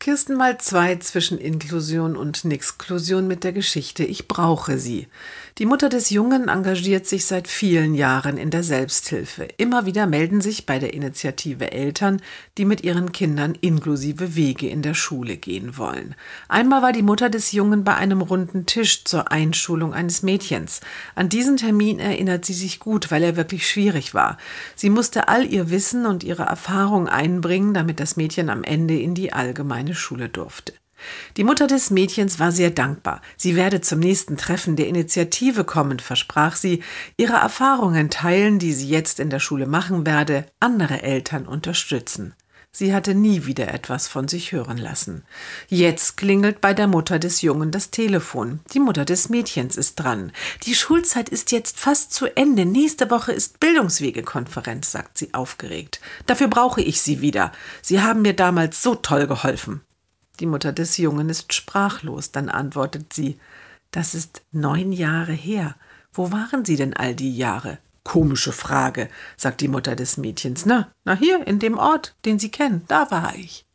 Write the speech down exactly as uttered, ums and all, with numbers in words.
Kirsten mal zwei zwischen Inklusion und Nixklusion mit der Geschichte Ich brauche sie. Die Mutter des Jungen engagiert sich seit vielen Jahren in der Selbsthilfe. Immer wieder melden sich bei der Initiative Eltern, die mit ihren Kindern inklusive Wege in der Schule gehen wollen. Einmal war die Mutter des Jungen bei einem runden Tisch zur Einschulung eines Mädchens. An diesen Termin erinnert sie sich gut, weil er wirklich schwierig war. Sie musste all ihr Wissen und ihre Erfahrung einbringen, damit das Mädchen am Ende in die allgemeine Schule durfte. Die Mutter des Mädchens war sehr dankbar. Sie werde zum nächsten Treffen der Initiative kommen, versprach sie, ihre Erfahrungen teilen, die sie jetzt in der Schule machen werde, andere Eltern unterstützen. Sie hatte nie wieder etwas von sich hören lassen. Jetzt klingelt bei der Mutter des Jungen das Telefon. Die Mutter des Mädchens ist dran. Die Schulzeit ist jetzt fast zu Ende. Nächste Woche ist Bildungswegekonferenz, sagt sie aufgeregt. Dafür brauche ich Sie wieder. Sie haben mir damals so toll geholfen. Die Mutter des Jungen ist sprachlos. Dann antwortet sie: Das ist neun Jahre her. Wo waren Sie denn all die Jahre? Komische Frage, sagt die Mutter des Mädchens. Na, na hier, in dem Ort, den Sie kennen, da war ich.